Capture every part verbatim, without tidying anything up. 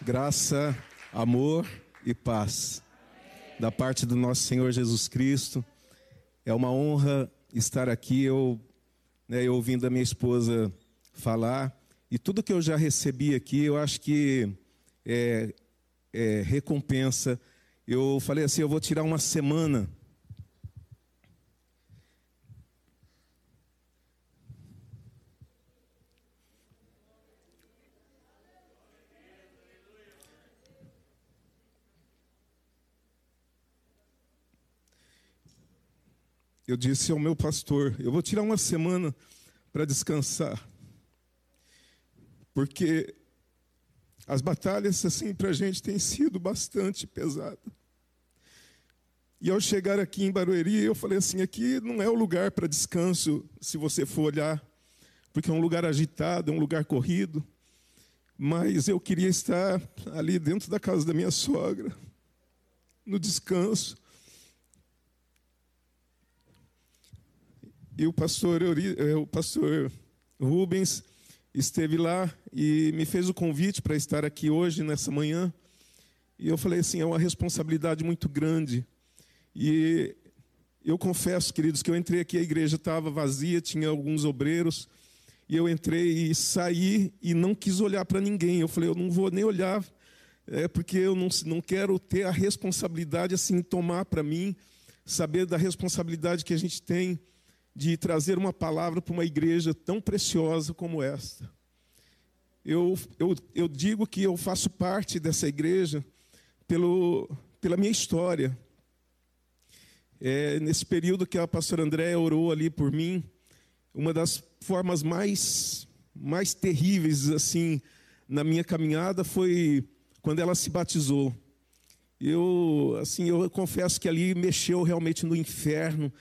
Graça, amor e paz da parte do nosso Senhor Jesus Cristo. É uma honra estar aqui, eu, né, eu ouvindo a minha esposa falar, e tudo que eu já recebi aqui, eu acho que é, é recompensa. Eu falei assim, eu vou tirar uma semana Eu disse ao meu pastor, eu vou tirar uma semana para descansar. Porque as batalhas, assim, para a gente têm sido bastante pesadas. E ao chegar aqui em Barueri, eu falei assim, aqui não é o lugar para descanso, se você for olhar. Porque é um lugar agitado, é um lugar corrido. Mas eu queria estar ali dentro da casa da minha sogra, no descanso. E o pastor, o pastor Rubens esteve lá e me fez o convite para estar aqui hoje, nessa manhã. E eu falei assim, é uma responsabilidade muito grande. E eu confesso, queridos, que eu entrei aqui, a igreja estava vazia, tinha alguns obreiros. E eu entrei e saí e não quis olhar para ninguém. Eu falei, eu não vou nem olhar, é, porque eu não, não quero ter a responsabilidade, assim, tomar para mim, saber da responsabilidade que a gente tem de trazer uma palavra para uma igreja tão preciosa como esta. Eu, eu, eu digo que eu faço parte dessa igreja pelo, pela minha história. É, nesse período que a pastora Andréia orou ali por mim, uma das formas mais, mais terríveis assim, na minha caminhada foi quando ela se batizou. Eu, assim, eu confesso que ali mexeu realmente no inferno.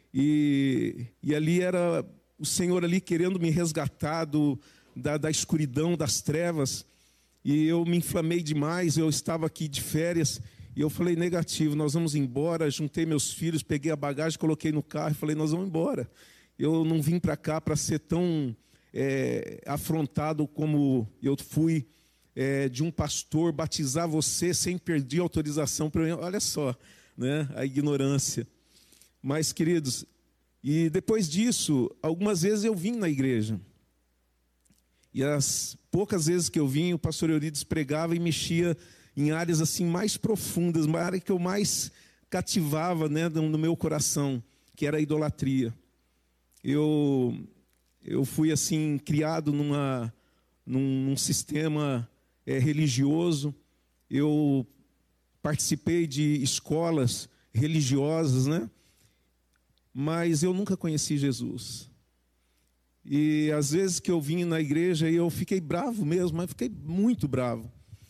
E, e ali era o Senhor ali querendo me resgatar do, da, da escuridão, das trevas. E eu me inflamei demais, eu estava aqui de férias. E eu falei, negativo, nós vamos embora. Juntei meus filhos, peguei a bagagem, coloquei no carro e falei, nós vamos embora. Eu não vim para cá para ser tão é, afrontado como eu fui é, de um pastor batizar você sem pedir autorização para mim. Olha só, né, a ignorância. Mas, queridos, e depois disso, algumas vezes eu vim na igreja. E as poucas vezes que eu vim, o pastor Eurides pregava e mexia em áreas assim mais profundas, uma área que eu mais cativava, né, no meu coração, que era a idolatria. Eu, eu fui assim criado numa, num, num sistema é, religioso. Eu participei de escolas religiosas, né? Mas eu nunca conheci Jesus. E às vezes que eu vim na igreja, eu fiquei bravo mesmo, mas fiquei muito bravo.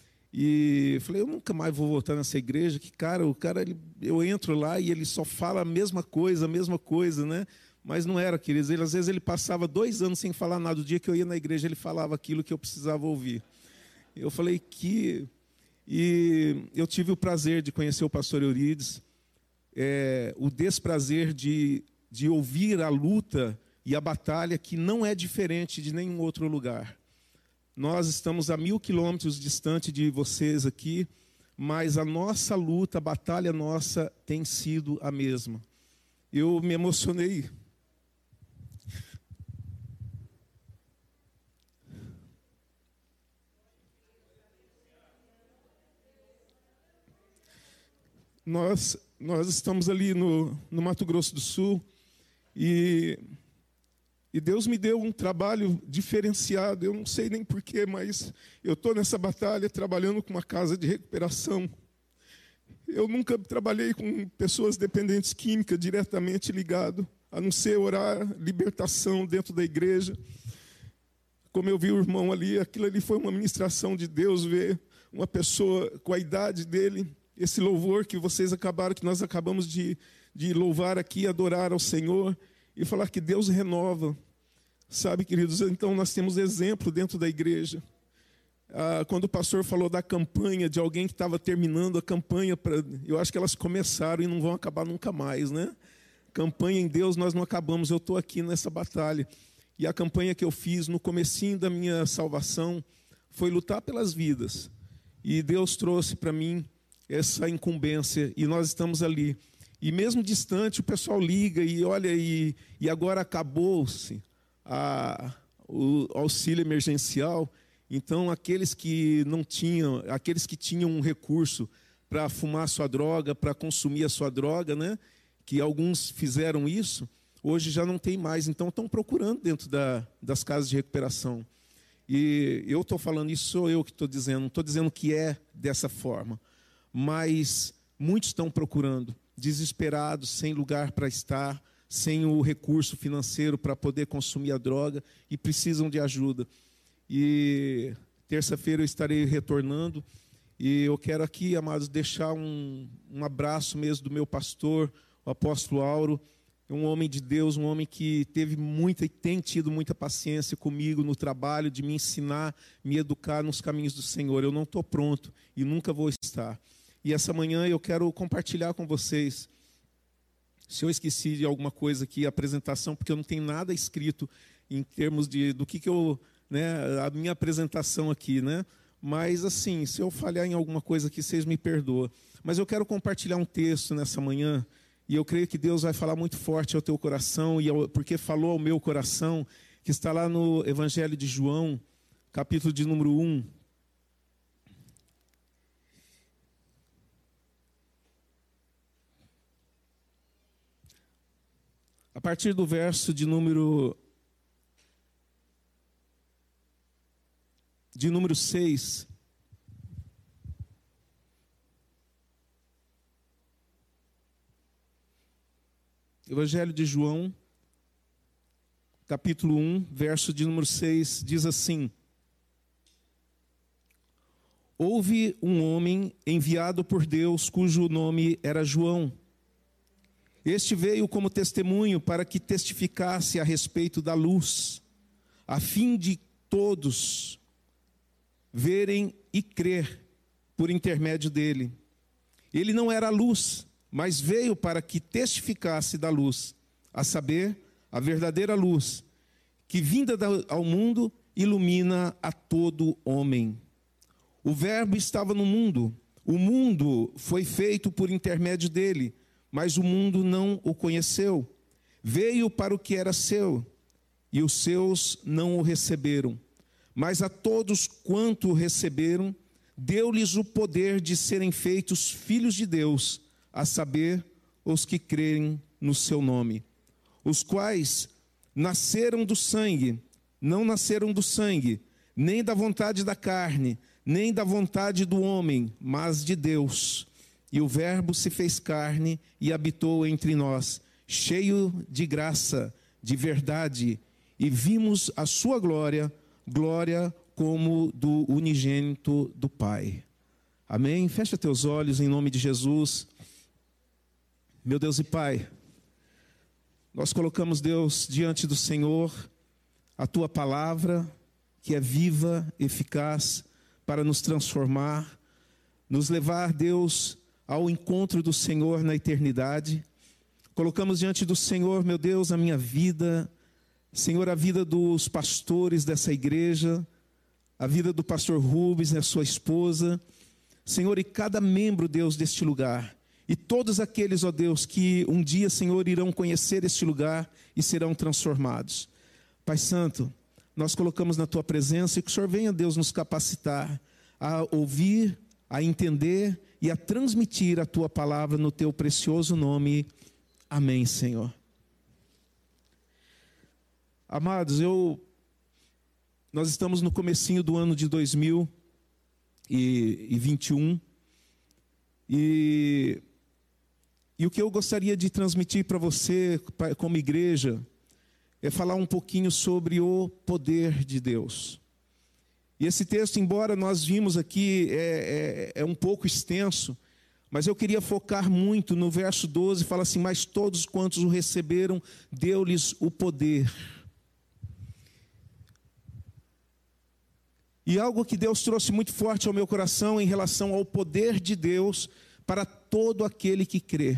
E falei, eu nunca mais vou voltar nessa igreja, que cara, o cara, ele, eu entro lá e ele só fala a mesma coisa, a mesma coisa, né? Mas não era, queridos. Ele, às vezes ele passava dois anos sem falar nada. O dia que eu ia na igreja, ele falava aquilo que eu precisava ouvir. Eu falei que... E eu tive o prazer de conhecer o pastor Eurides. É, o desprazer de, de ouvir a luta e a batalha que não é diferente de nenhum outro lugar. Nós estamos a mil quilômetros distante de vocês aqui, mas a nossa luta, a batalha nossa tem sido a mesma. Eu me emocionei. Nós, nós estamos ali no, no Mato Grosso do Sul e, e Deus me deu um trabalho diferenciado. Eu não sei nem porquê, mas eu estou nessa batalha trabalhando com uma casa de recuperação. Eu nunca trabalhei com pessoas dependentes químicas diretamente ligado, a não ser orar, libertação dentro da igreja. Como eu vi o irmão ali, aquilo ali foi uma ministração de Deus, ver uma pessoa com a idade dele. Esse louvor que vocês acabaram, que nós acabamos de, de louvar aqui, adorar ao Senhor e falar que Deus renova. Sabe, queridos, então nós temos exemplo dentro da igreja. Ah, quando o pastor falou da campanha, de alguém que estava terminando a campanha, pra, eu acho que elas começaram e não vão acabar nunca mais, né? Campanha em Deus nós não acabamos, eu estou aqui nessa batalha. E a campanha que eu fiz no comecinho da minha salvação foi lutar pelas vidas. E Deus trouxe para mim essa incumbência, e nós estamos ali. E mesmo distante, o pessoal liga e olha, e, e agora acabou-se a, o auxílio emergencial. Então, aqueles que não tinham, aqueles que tinham um recurso para fumar sua droga, para consumir a sua droga, né, que alguns fizeram isso, hoje já não tem mais. Então, estão procurando dentro da, das casas de recuperação. E eu estou falando isso, sou eu que estou dizendo, não estou dizendo que é dessa forma, mas muitos estão procurando, desesperados, sem lugar para estar, sem o recurso financeiro para poder consumir a droga e precisam de ajuda. E terça-feira eu estarei retornando e eu quero aqui, amados, deixar um, um abraço mesmo do meu pastor, o apóstolo Auro, um homem de Deus, um homem que teve muita e tem tido muita paciência comigo no trabalho, de me ensinar, me educar nos caminhos do Senhor. Eu não estou pronto e nunca vou estar. E essa manhã eu quero compartilhar com vocês. Se eu esqueci de alguma coisa aqui, a apresentação, porque eu não tenho nada escrito em termos de do que, que eu, né, a minha apresentação aqui, né? Mas assim, se eu falhar em alguma coisa aqui, vocês me perdoam. Mas eu quero compartilhar um texto nessa manhã. E eu creio que Deus vai falar muito forte ao teu coração, e ao, porque falou ao meu coração, que está lá no Evangelho de João, capítulo de número um. A partir do verso de número, de número seis. Evangelho de João, capítulo um, verso de número seis, diz assim: Houve um homem enviado por Deus, cujo nome era João. Este veio como testemunho para que testificasse a respeito da luz, a fim de todos verem e crer por intermédio dele. Ele não era a luz, mas veio para que testificasse da luz, a saber, a verdadeira luz, que vinda ao mundo ilumina a todo homem. O Verbo estava no mundo, o mundo foi feito por intermédio dele, mas o mundo não o conheceu. Veio para o que era seu, e os seus não o receberam. Mas a todos quanto o receberam, deu-lhes o poder de serem feitos filhos de Deus, a saber, os que crerem no seu nome, os quais nasceram do sangue, não nasceram do sangue, nem da vontade da carne, nem da vontade do homem, mas de Deus. E o Verbo se fez carne e habitou entre nós, cheio de graça, de verdade, e vimos a sua glória, glória como do unigênito do Pai. Amém? Fecha teus olhos em nome de Jesus. Meu Deus e Pai, nós colocamos, Deus, diante do Senhor, a Tua palavra, que é viva, eficaz, para nos transformar, nos levar, Deus, ao encontro do Senhor na eternidade. Colocamos diante do Senhor, meu Deus, a minha vida, Senhor, a vida dos pastores dessa igreja, a vida do pastor Rubens e a sua esposa, Senhor, e cada membro, Deus, deste lugar. E todos aqueles, ó Deus, que um dia, Senhor, irão conhecer este lugar e serão transformados. Pai Santo, nós colocamos na Tua presença e que o Senhor venha, Deus, nos capacitar a ouvir, a entender e a transmitir a Tua palavra no Teu precioso nome. Amém, Senhor. Amados, eu, nós estamos no comecinho do ano de dois mil e vinte e um e... E o que eu gostaria de transmitir para você, como igreja, é falar um pouquinho sobre o poder de Deus. E esse texto, embora nós vimos aqui, é, é, é um pouco extenso, mas eu queria focar muito no verso doze, fala assim: mas todos quantos o receberam, deu-lhes o poder. E algo que Deus trouxe muito forte ao meu coração em relação ao poder de Deus para todo aquele que crê.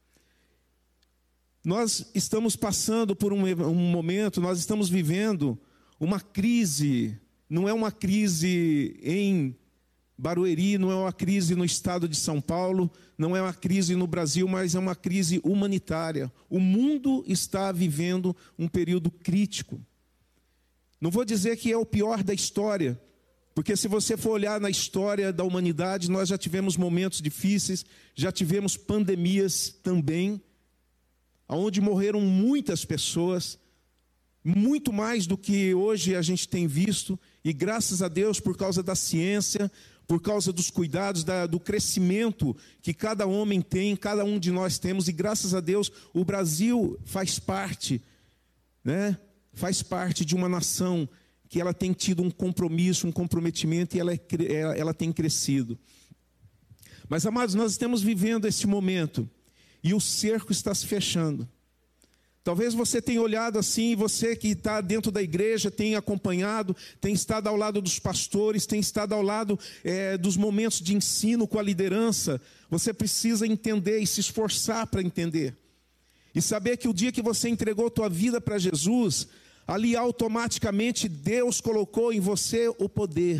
Nós estamos passando por um, um momento, nós estamos vivendo uma crise, não é uma crise em Barueri, não é uma crise no estado de São Paulo, não é uma crise no Brasil, mas é uma crise humanitária. O mundo está vivendo um período crítico. Não vou dizer que é o pior da história, porque se você for olhar na história da humanidade, nós já tivemos momentos difíceis, já tivemos pandemias também, onde morreram muitas pessoas, muito mais do que hoje a gente tem visto, e graças a Deus, por causa da ciência, por causa dos cuidados, da, do crescimento que cada homem tem, cada um de nós temos, e graças a Deus o Brasil faz parte, né? Faz parte de uma nação que ela tem tido um compromisso, um comprometimento, e ela, é, ela, ela tem crescido. Mas, amados, nós estamos vivendo esse momento, e o cerco está se fechando. Talvez você tenha olhado assim, você que está dentro da igreja, tenha acompanhado, tem estado ao lado dos pastores, tem estado ao lado é, dos momentos de ensino com a liderança. Você precisa entender e se esforçar para entender. E saber que o dia que você entregou a tua vida para Jesus, ali automaticamente Deus colocou em você o poder.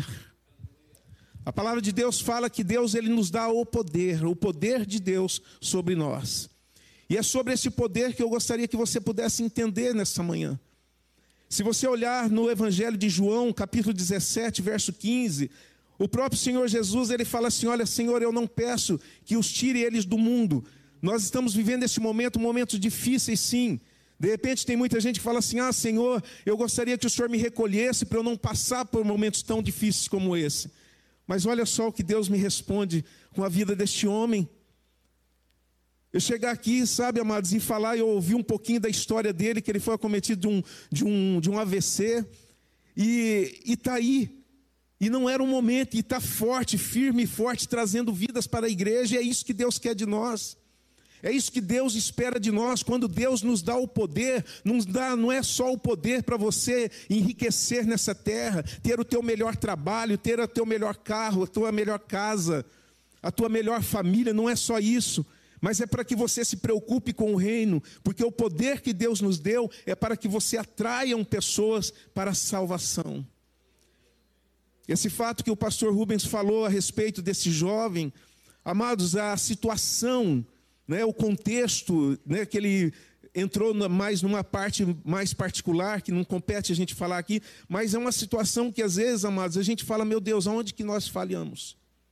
A palavra de Deus fala que Deus ele nos dá o poder, o poder de Deus sobre nós. E é sobre esse poder que eu gostaria que você pudesse entender nessa manhã. Se você olhar no Evangelho de João, capítulo dezessete, verso quinze, o próprio Senhor Jesus, ele fala assim, olha, Senhor, eu não peço que os tire eles do mundo. Nós estamos vivendo esse momento, momentos difíceis sim. De repente tem muita gente que fala assim, ah, Senhor, eu gostaria que o Senhor me recolhesse para eu não passar por momentos tão difíceis como esse. Mas olha só o que Deus me responde com a vida deste homem. Eu chegar aqui, sabe, amados, e falar, eu ouvi um pouquinho da história dele, que ele foi acometido de um, de um, de um A V C, e está aí, e não era um momento, e está forte, firme e forte, trazendo vidas para a igreja, e é isso que Deus quer de nós, é isso que Deus espera de nós. Quando Deus nos dá o poder, nos dá, não é só o poder para você enriquecer nessa terra, ter o teu melhor trabalho, ter o teu melhor carro, a tua melhor casa, a tua melhor família, não é só isso. Mas é para que você se preocupe com o reino, porque o poder que Deus nos deu é para que você atraiam pessoas para a salvação. Esse fato que o pastor Rubens falou a respeito desse jovem, amados, a situação, né, o contexto, né, que ele entrou mais numa parte mais particular, que não compete a gente falar aqui, mas é uma situação que às vezes, amados, a gente fala, meu Deus, aonde que nós falhamos?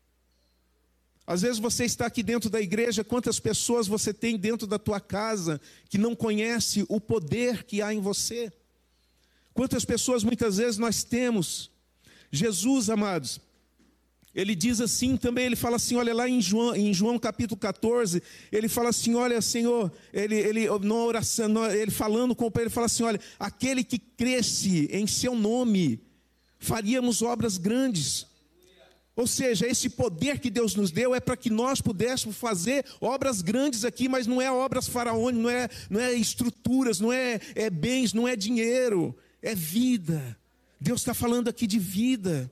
Às vezes você está aqui dentro da igreja, quantas pessoas você tem dentro da tua casa que não conhece o poder que há em você? Quantas pessoas muitas vezes nós temos? Jesus, amados, ele diz assim também, ele fala assim, olha lá em João, em João capítulo catorze, ele fala assim, olha Senhor, ele, ele, na oração, ele falando com o Pai, ele fala assim, olha, aquele que cresce em seu nome, faríamos obras grandes. Ou seja, esse poder que Deus nos deu é para que nós pudéssemos fazer obras grandes aqui, mas não é obras faraônicas, não é, não é estruturas, não é, é bens, não é dinheiro, é vida. Deus está falando aqui de vida.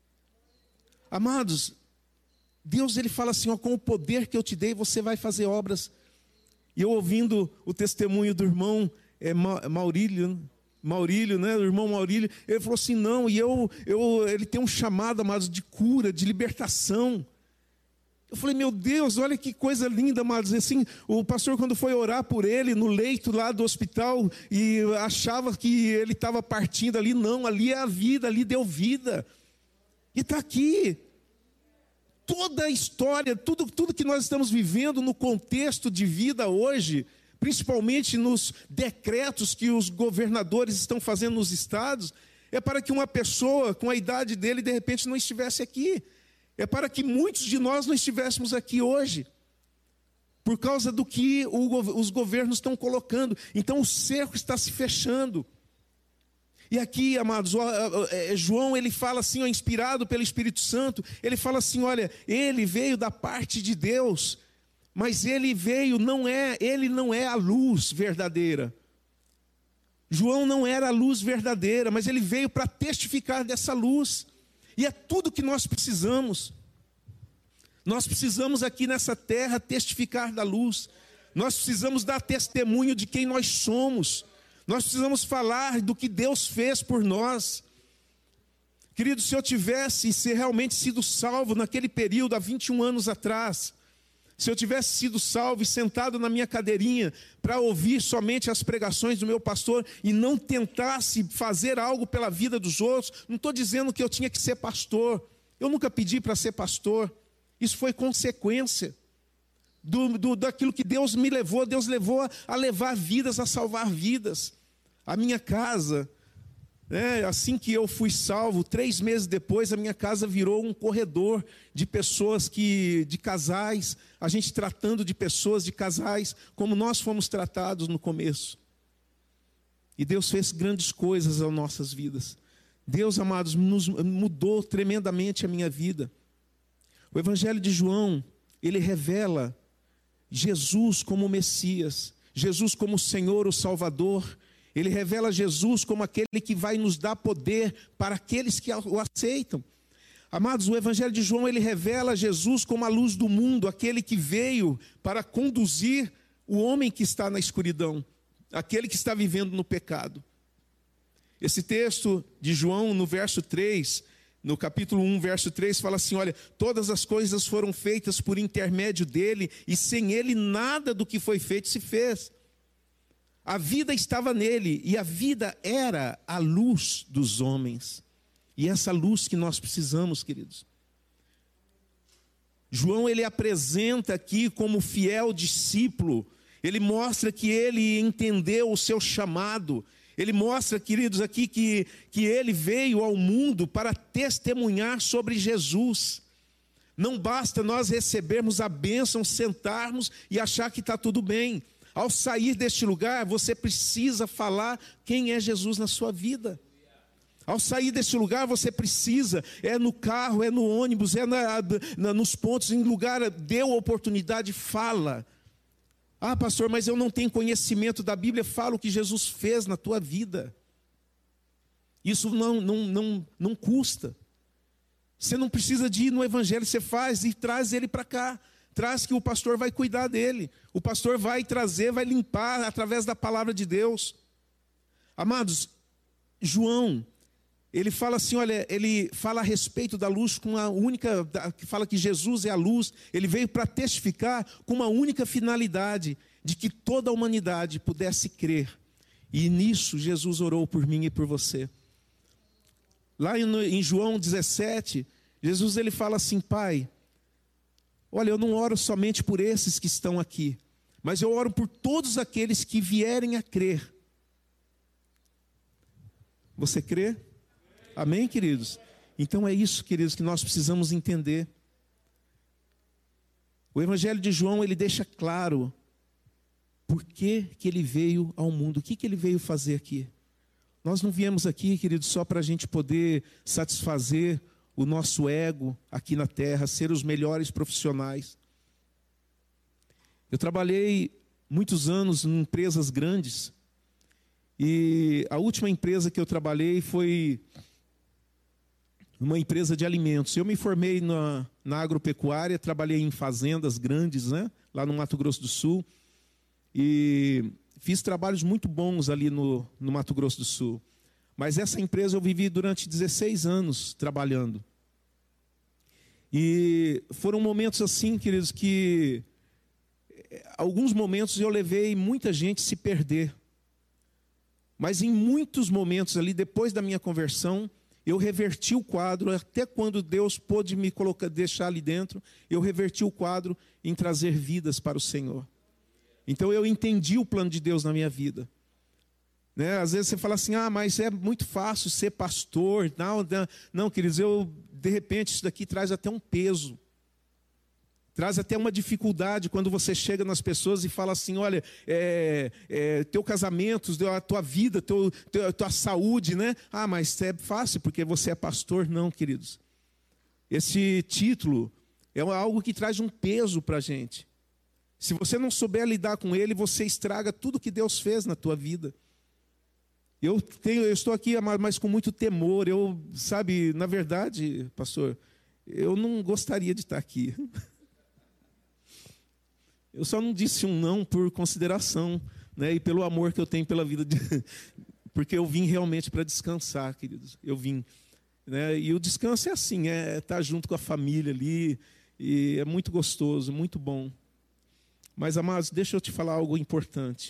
Amados, Deus ele fala assim, ó, com o poder que eu te dei, você vai fazer obras. E eu ouvindo o testemunho do irmão é, Maurílio, Maurílio, né, o irmão Maurílio, ele falou assim, não, e eu, eu, ele tem um chamado, amados, de cura, de libertação. Eu falei, meu Deus, olha que coisa linda, amados. Assim, o pastor, quando foi orar por ele, no leito lá do hospital, e achava que ele estava partindo ali, não, ali é a vida, ali deu vida. E está aqui. Toda a história, tudo, tudo que nós estamos vivendo no contexto de vida hoje, principalmente nos decretos que os governadores estão fazendo nos estados, é para que uma pessoa com a idade dele, de repente, não estivesse aqui. É para que muitos de nós não estivéssemos aqui hoje, por causa do que o, os governos estão colocando. Então o cerco está se fechando. E aqui, amados, João, ele fala assim, ó, inspirado pelo Espírito Santo, ele fala assim, olha, ele veio da parte de Deus, mas ele veio, não é, ele não é a luz verdadeira. João não era a luz verdadeira, mas ele veio para testificar dessa luz. E é tudo que nós precisamos. Nós precisamos aqui nessa terra testificar da luz. Nós precisamos dar testemunho de quem nós somos. Nós precisamos falar do que Deus fez por nós. Querido, se eu tivesse se realmente sido salvo naquele período, há vinte e um anos atrás, se eu tivesse sido salvo e sentado na minha cadeirinha para ouvir somente as pregações do meu pastor e não tentasse fazer algo pela vida dos outros, não estou dizendo que eu tinha que ser pastor. Eu nunca pedi para ser pastor. Isso foi consequência do, do, daquilo que Deus me levou. Deus levou a, a levar vidas, a salvar vidas. A minha casa, né, assim que eu fui salvo, três meses depois, a minha casa virou um corredor de pessoas, que, de casais, a gente tratando de pessoas, de casais, como nós fomos tratados no começo. E Deus fez grandes coisas nas nossas vidas. Deus, amados, nos mudou tremendamente a minha vida. O Evangelho de João, ele revela Jesus como o Messias, Jesus como o Senhor, o Salvador. Ele revela Jesus como aquele que vai nos dar poder para aqueles que o aceitam. Amados, o Evangelho de João, ele revela Jesus como a luz do mundo, aquele que veio para conduzir o homem que está na escuridão, aquele que está vivendo no pecado. Esse texto de João, no verso três, no capítulo um, verso três, fala assim, olha, todas as coisas foram feitas por intermédio dele, e sem ele nada do que foi feito se fez. A vida estava nele, e a vida era a luz dos homens. E essa luz que nós precisamos, queridos. João, ele apresenta aqui como fiel discípulo, ele mostra que ele entendeu o seu chamado. Ele mostra, queridos, aqui que, que ele veio ao mundo para testemunhar sobre Jesus. Não basta nós recebermos a bênção, sentarmos e achar que está tudo bem. Ao sair deste lugar, você precisa falar quem é Jesus na sua vida. Ao sair deste lugar, você precisa, é no carro, é no ônibus, é na, na, nos pontos, em lugar, deu oportunidade, fala. Ah, pastor, mas eu não tenho conhecimento da Bíblia. Fala o que Jesus fez na tua vida. Isso não, não, não, não custa. Você não precisa de ir no Evangelho, você faz e traz ele para cá. Traz que o pastor vai cuidar dele. O pastor vai trazer, vai limpar através da palavra de Deus. Amados, João, ele fala assim, olha, ele fala a respeito da luz com a única, que fala que Jesus é a luz. Ele veio para testificar com uma única finalidade, de que toda a humanidade pudesse crer. E nisso Jesus orou por mim e por você. Lá em João dezessete, Jesus ele fala assim, Pai, olha, eu não oro somente por esses que estão aqui, mas eu oro por todos aqueles que vierem a crer. Você crê? Amém, queridos? Então é isso, queridos, que nós precisamos entender. O Evangelho de João, ele deixa claro por que que ele veio ao mundo, o que que ele veio fazer aqui. Nós não viemos aqui, queridos, só para a gente poder satisfazer o nosso ego aqui na terra, ser os melhores profissionais. Eu trabalhei muitos anos em empresas grandes, e a última empresa que eu trabalhei foi uma empresa de alimentos. Eu me formei na, na agropecuária, trabalhei em fazendas grandes, né, lá no Mato Grosso do Sul, e fiz trabalhos muito bons ali no, no Mato Grosso do Sul. Mas essa empresa eu vivi durante dezesseis anos trabalhando. E foram momentos assim, queridos, que alguns momentos eu levei muita gente a se perder. Mas em muitos momentos ali, depois da minha conversão, eu reverti o quadro, até quando Deus pôde me colocar, deixar ali dentro, eu reverti o quadro em trazer vidas para o Senhor. Então eu entendi o plano de Deus na minha vida. Né? Às vezes você fala assim, ah, mas é muito fácil ser pastor. Não, não, não, queridos, eu, de repente isso daqui traz até um peso. Traz até uma dificuldade quando você chega nas pessoas e fala assim, olha, é, é, teu casamento, a tua vida, teu, teu, tua saúde, né? Ah, mas é fácil porque você é pastor. Não, queridos. Esse título é algo que traz um peso para a gente. Se você não souber lidar com ele, você estraga tudo que Deus fez na tua vida. Eu, tenho, eu estou aqui, mas com muito temor. Eu, sabe, na verdade, pastor, eu não gostaria de estar aqui. Eu só não disse um não por consideração, né, e pelo amor que eu tenho pela vida, de... porque eu vim realmente para descansar, queridos. Eu vim. né? E o descanso é assim, é estar junto com a família ali, e é muito gostoso, muito bom. Mas, amados, deixa eu te falar algo importante.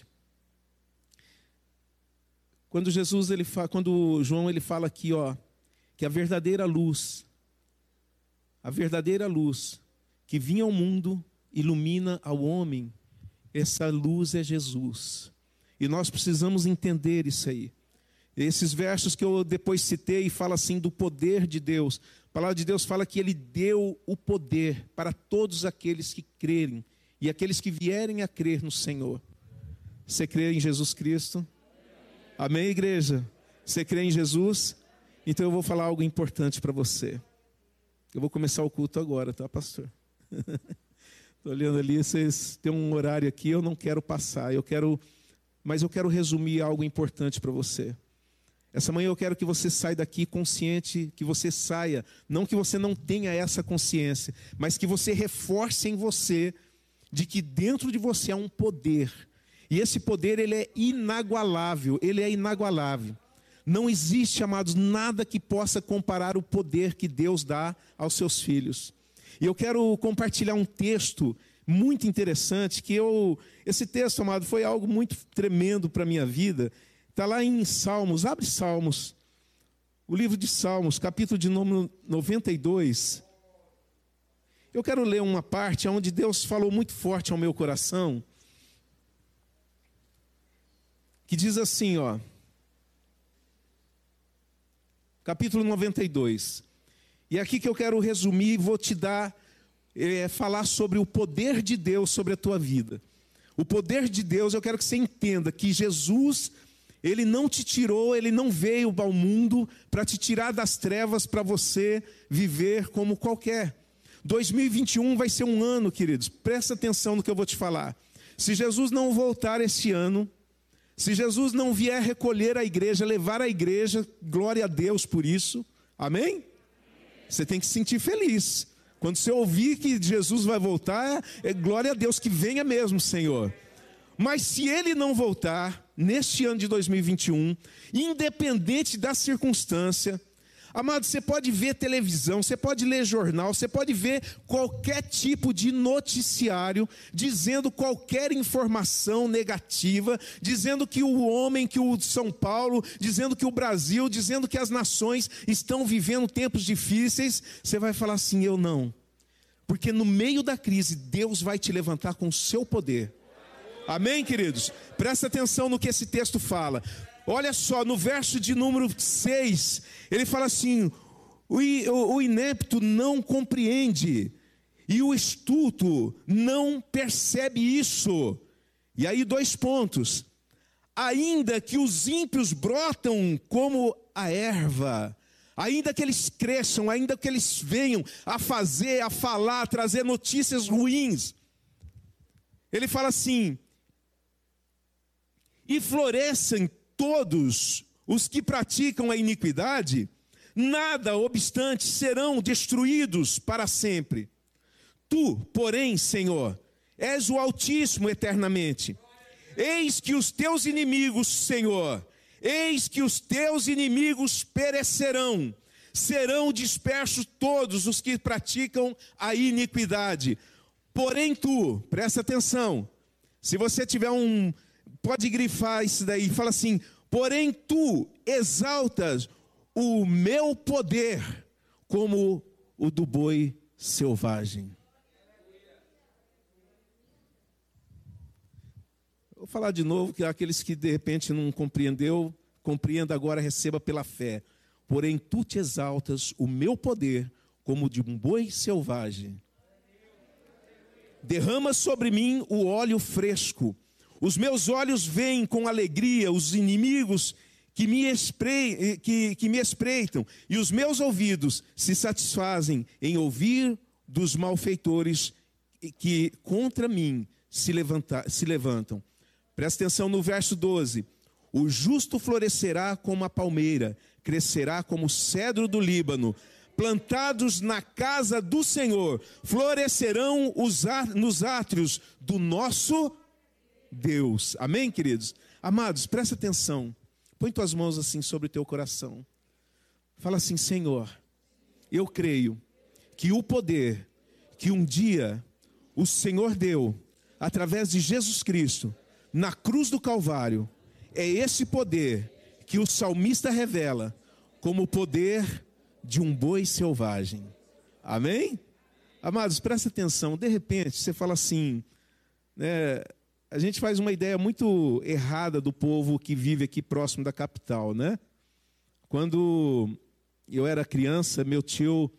Quando Jesus, ele fala, quando João ele fala aqui, ó, que a verdadeira luz, a verdadeira luz que vinha ao mundo ilumina ao homem, essa luz é Jesus. E nós precisamos entender isso aí. Esses versos que eu depois citei, fala assim do poder de Deus. A palavra de Deus fala que Ele deu o poder para todos aqueles que crerem e aqueles que vierem a crer no Senhor. Você crê em Jesus Cristo? Amém, igreja? Você crê em Jesus? Então eu vou falar algo importante para você. Eu vou começar o culto agora, tá, pastor? Estou olhando ali, vocês têm um horário aqui, eu não quero passar, eu quero, mas eu quero resumir algo importante para você. Essa manhã eu quero que você saia daqui consciente, que você saia, não que você não tenha essa consciência, mas que você reforce em você de que dentro de você há um poder. E esse poder, ele é inagualável, ele é inagualável. Não existe, amados, nada que possa comparar o poder que Deus dá aos seus filhos. E eu quero compartilhar um texto muito interessante, que eu, esse texto, amado, foi algo muito tremendo para a minha vida. Está lá em Salmos, abre Salmos, o livro de Salmos, capítulo de número noventa e dois. Eu quero ler uma parte onde Deus falou muito forte ao meu coração, que diz assim, ó, capítulo noventa e dois. E é aqui que eu quero resumir e vou te dar, é, falar sobre o poder de Deus sobre a tua vida. O poder de Deus, eu quero que você entenda que Jesus, Ele não te tirou, Ele não veio ao mundo para te tirar das trevas, para você viver como qualquer. dois mil e vinte e um vai ser um ano, queridos, presta atenção no que eu vou te falar. Se Jesus não voltar esse ano, se Jesus não vier recolher a igreja, levar a igreja, glória a Deus por isso, amém? Você tem que se sentir feliz. Quando você ouvir que Jesus vai voltar, é glória a Deus, que venha mesmo, Senhor. Mas se Ele não voltar, neste ano de dois mil e vinte e um, independente da circunstância, amado, você pode ver televisão, você pode ler jornal, você pode ver qualquer tipo de noticiário dizendo qualquer informação negativa, dizendo que o homem, que o São Paulo, dizendo que o Brasil, dizendo que as nações estão vivendo tempos difíceis. Você vai falar assim, eu não. Porque no meio da crise, Deus vai te levantar com o seu poder. Amém, queridos? Presta atenção no que esse texto fala. Olha só, no verso de número seis, ele fala assim, o, o, o inepto não compreende, e o estulto não percebe isso. E aí dois pontos. Ainda que os ímpios brotam como a erva, ainda que eles cresçam, ainda que eles venham a fazer, a falar, a trazer notícias ruins. Ele fala assim, e florescem todos os que praticam a iniquidade, nada obstante serão destruídos para sempre. Tu, porém, Senhor, és o Altíssimo eternamente. Eis que os teus inimigos, Senhor, eis que os teus inimigos perecerão. Serão dispersos todos os que praticam a iniquidade. Porém tu, presta atenção, se você tiver um... pode grifar isso daí, fala assim, porém tu exaltas o meu poder como o do boi selvagem. Vou falar de novo, que aqueles que de repente não compreendeu, compreenda agora, receba pela fé. Porém tu te exaltas o meu poder como o de um boi selvagem. Derrama sobre mim o óleo fresco. Os meus olhos veem com alegria os inimigos que me, espre... que, que me espreitam, e os meus ouvidos se satisfazem em ouvir dos malfeitores que contra mim se, levanta... se levantam. Presta atenção no verso doze. O justo florescerá como a palmeira, crescerá como o cedro do Líbano. Plantados na casa do Senhor, florescerão os á... nos átrios do nosso Deus. Amém, queridos? Amados, presta atenção. Põe tuas mãos assim sobre o teu coração. Fala assim: Senhor, eu creio que o poder que um dia o Senhor deu através de Jesus Cristo na cruz do Calvário, é esse poder que o salmista revela como o poder de um boi selvagem. Amém? Amados, presta atenção. De repente, você fala assim, né, a gente faz uma ideia muito errada do povo que vive aqui próximo da capital, né? Quando eu era criança, meu tio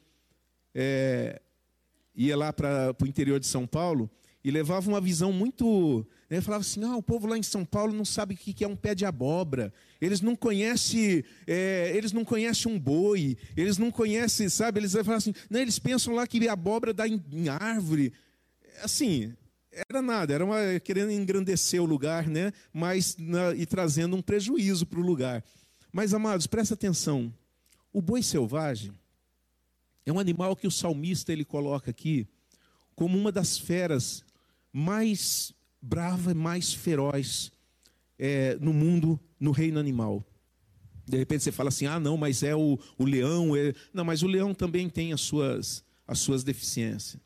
é, ia lá para o interior de São Paulo e levava uma visão muito... Ele falava assim: ah, o povo lá em São Paulo não sabe o que é um pé de abóbora, eles não conhecem, é, eles não conhecem um boi, eles não conhecem, sabe? Eles falam assim, não, eles pensam lá que a abóbora dá em, em árvore. Assim, era nada, era uma, querendo engrandecer o lugar, né? Mas, na, e trazendo um prejuízo para o lugar. Mas, amados, presta atenção, o boi selvagem é um animal que o salmista ele coloca aqui como uma das feras mais brava e mais feroz é, no mundo, no reino animal. De repente você fala assim: ah, não, mas é o, o leão. É... Não, mas o leão também tem as suas, as suas deficiências.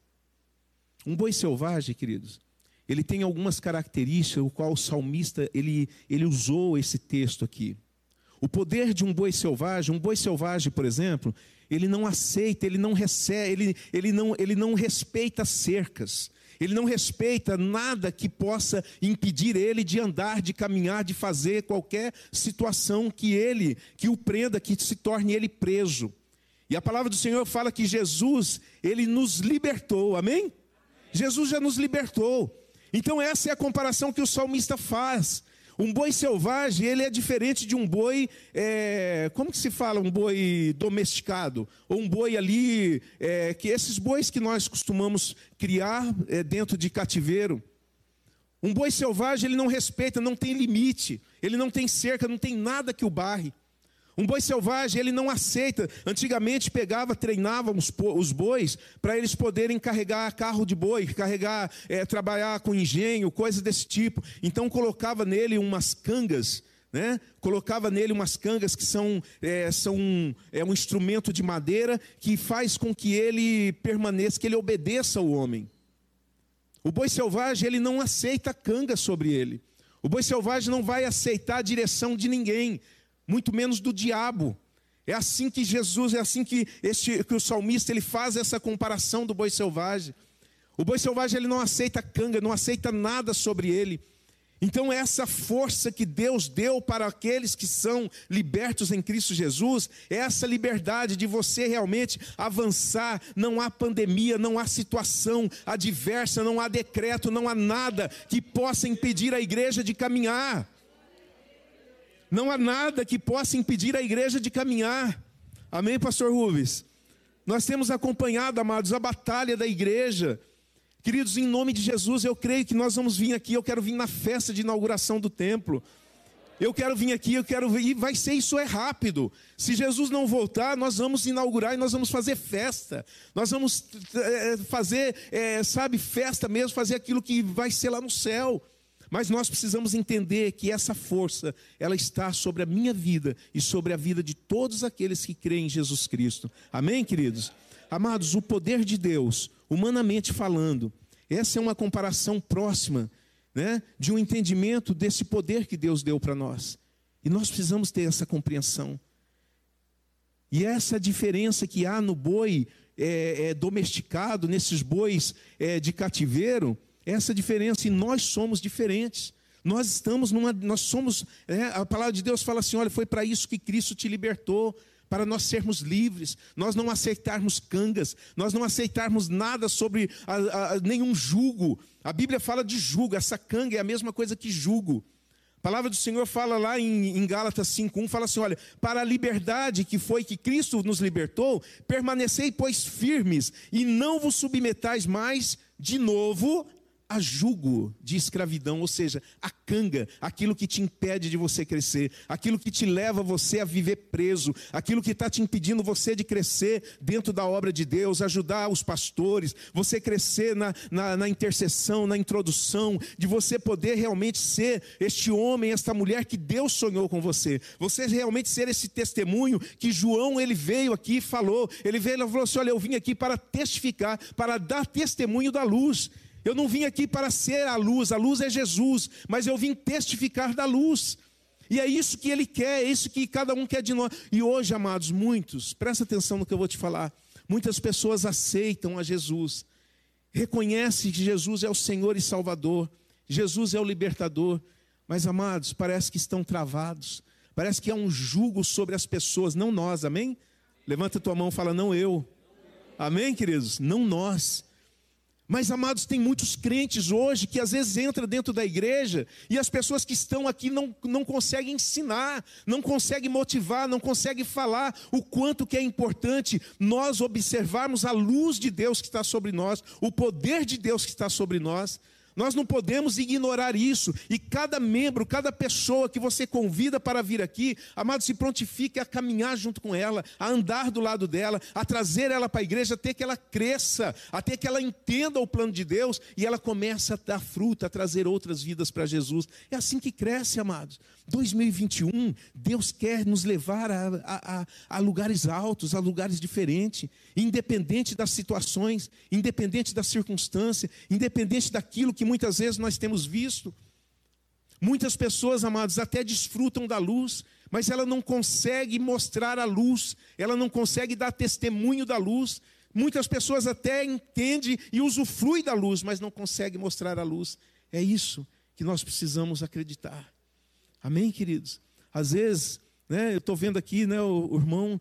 Um boi selvagem, queridos, ele tem algumas características, o qual o salmista ele, ele usou esse texto aqui. O poder de um boi selvagem, um boi selvagem, por exemplo, ele não aceita, ele não recebe, ele, ele, não, ele não respeita cercas. Ele não respeita nada que possa impedir ele de andar, de caminhar, de fazer qualquer situação que ele, que o prenda, que se torne ele preso. E a palavra do Senhor fala que Jesus, ele nos libertou, amém? Jesus já nos libertou. Então essa é a comparação que o salmista faz. Um boi selvagem, ele é diferente de um boi, é, como que se fala, um boi domesticado, ou um boi ali, é, que esses bois que nós costumamos criar é, dentro de cativeiro. Um boi selvagem, ele não respeita, não tem limite, ele não tem cerca, não tem nada que o barre. Um boi selvagem, ele não aceita. Antigamente pegava, treinava os bois para eles poderem carregar carro de boi, carregar, é, trabalhar com engenho, coisas desse tipo. Então colocava nele umas cangas, né? Colocava nele umas cangas que são, é, são é, um instrumento de madeira que faz com que ele permaneça, que ele obedeça ao homem. O boi selvagem, ele não aceita canga sobre ele. O boi selvagem não vai aceitar a direção de ninguém, muito menos do diabo. É assim que Jesus, é assim que, este, que o salmista ele faz essa comparação do boi selvagem. O boi selvagem ele não aceita canga, não aceita nada sobre ele. Então essa força que Deus deu para aqueles que são libertos em Cristo Jesus, é essa liberdade de você realmente avançar. Não há pandemia, não há situação adversa, não há decreto, não há nada que possa impedir a igreja de caminhar. Não há nada que possa impedir a igreja de caminhar. Amém, pastor Rubens? Nós temos acompanhado, amados, a batalha da igreja. Queridos, em nome de Jesus, eu creio que nós vamos vir aqui. Eu quero vir na festa de inauguração do templo. Eu quero vir aqui, eu quero vir, e vai ser, isso é rápido. Se Jesus não voltar, nós vamos inaugurar e nós vamos fazer festa. Nós vamos é, fazer, é, sabe, festa mesmo, fazer aquilo que vai ser lá no céu. Mas nós precisamos entender que essa força, ela está sobre a minha vida e sobre a vida de todos aqueles que creem em Jesus Cristo. Amém, queridos? Amados, o poder de Deus, humanamente falando, essa é uma comparação próxima, né, de um entendimento desse poder que Deus deu para nós. E nós precisamos ter essa compreensão. E essa diferença que há no boi é, é, domesticado, nesses bois é, de cativeiro, essa diferença, e nós somos diferentes. Nós estamos numa, nós somos, é, a palavra de Deus fala assim: olha, foi para isso que Cristo te libertou, para nós sermos livres, nós não aceitarmos cangas, nós não aceitarmos nada sobre a, a, nenhum jugo. A Bíblia fala de jugo, essa canga é a mesma coisa que jugo. A palavra do Senhor fala lá em, em Gálatas cinco um, fala assim: olha, para a liberdade que foi que Cristo nos libertou, permanecei, pois, firmes, e não vos submetais mais de novo a jugo de escravidão, ou seja, a canga, aquilo que te impede de você crescer, aquilo que te leva você a viver preso, aquilo que está te impedindo você de crescer dentro da obra de Deus, ajudar os pastores, você crescer na, na, na intercessão, na introdução, de você poder realmente ser este homem, esta mulher que Deus sonhou com você, você realmente ser esse testemunho que João, ele veio aqui e falou, ele veio e falou assim, olha, eu vim aqui para testificar, para dar testemunho da luz. Eu não vim aqui para ser a luz, a luz é Jesus, mas eu vim testificar da luz. E é isso que Ele quer, é isso que cada um quer de nós. E hoje, amados, muitos, presta atenção no que eu vou te falar, muitas pessoas aceitam a Jesus, reconhecem que Jesus é o Senhor e Salvador, Jesus é o libertador, mas, amados, parece que estão travados, parece que há um jugo sobre as pessoas, não nós, amém? Levanta tua mão e fala, não eu. Amém, queridos? Não nós. Mas, amados, tem muitos crentes hoje que às vezes entram dentro da igreja e as pessoas que estão aqui não, não conseguem ensinar, não conseguem motivar, não conseguem falar o quanto que é importante nós observarmos a luz de Deus que está sobre nós, o poder de Deus que está sobre nós. Nós não podemos ignorar isso, e cada membro, cada pessoa que você convida para vir aqui, amado, se prontifique a caminhar junto com ela, a andar do lado dela, a trazer ela para a igreja, até que ela cresça, até que ela entenda o plano de Deus, e ela comece a dar fruto, a trazer outras vidas para Jesus. É assim que cresce, amados. dois mil e vinte e um, Deus quer nos levar a, a, a, a lugares altos, a lugares diferentes, independente das situações, independente da circunstância, independente daquilo que muitas vezes nós temos visto. Muitas pessoas, amados, até desfrutam da luz, mas ela não consegue mostrar a luz, ela não consegue dar testemunho da luz. Muitas pessoas até entendem e usufruem da luz, mas não conseguem mostrar a luz. É isso que nós precisamos acreditar. Amém, queridos? Às vezes, né, eu estou vendo aqui, né, o, o irmão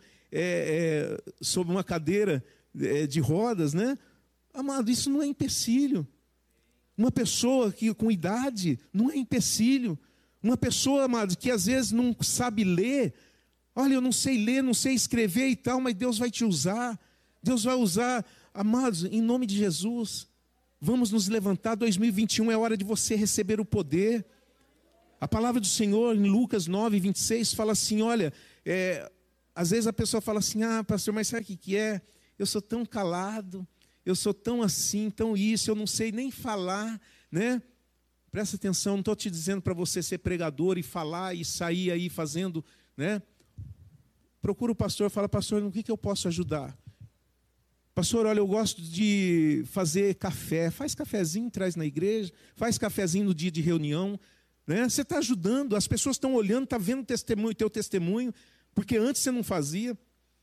é, é, sobre uma cadeira é, de rodas, né? Amado, isso não é empecilho. Uma pessoa que, com idade não é empecilho. Uma pessoa, amado, que às vezes não sabe ler. Olha, eu não sei ler, não sei escrever e tal, mas Deus vai te usar. Deus vai usar, amados, em nome de Jesus. Vamos nos levantar, dois mil e vinte e um é hora de você receber o poder. A palavra do Senhor em Lucas nove, vinte e seis fala assim, olha, é, às vezes a pessoa fala assim, ah, pastor, mas sabe o que, que é? Eu sou tão calado, eu sou tão assim, tão isso, eu não sei nem falar, né? Presta atenção, não estou te dizendo para você ser pregador e falar e sair aí fazendo, né? Procura o pastor, fala, pastor, no que, que eu posso ajudar? Pastor, olha, eu gosto de fazer café, faz cafezinho, traz na igreja, faz cafezinho no dia de reunião, né? Você está ajudando, as pessoas estão olhando, estão vendo o testemunho, teu testemunho, porque antes você não fazia.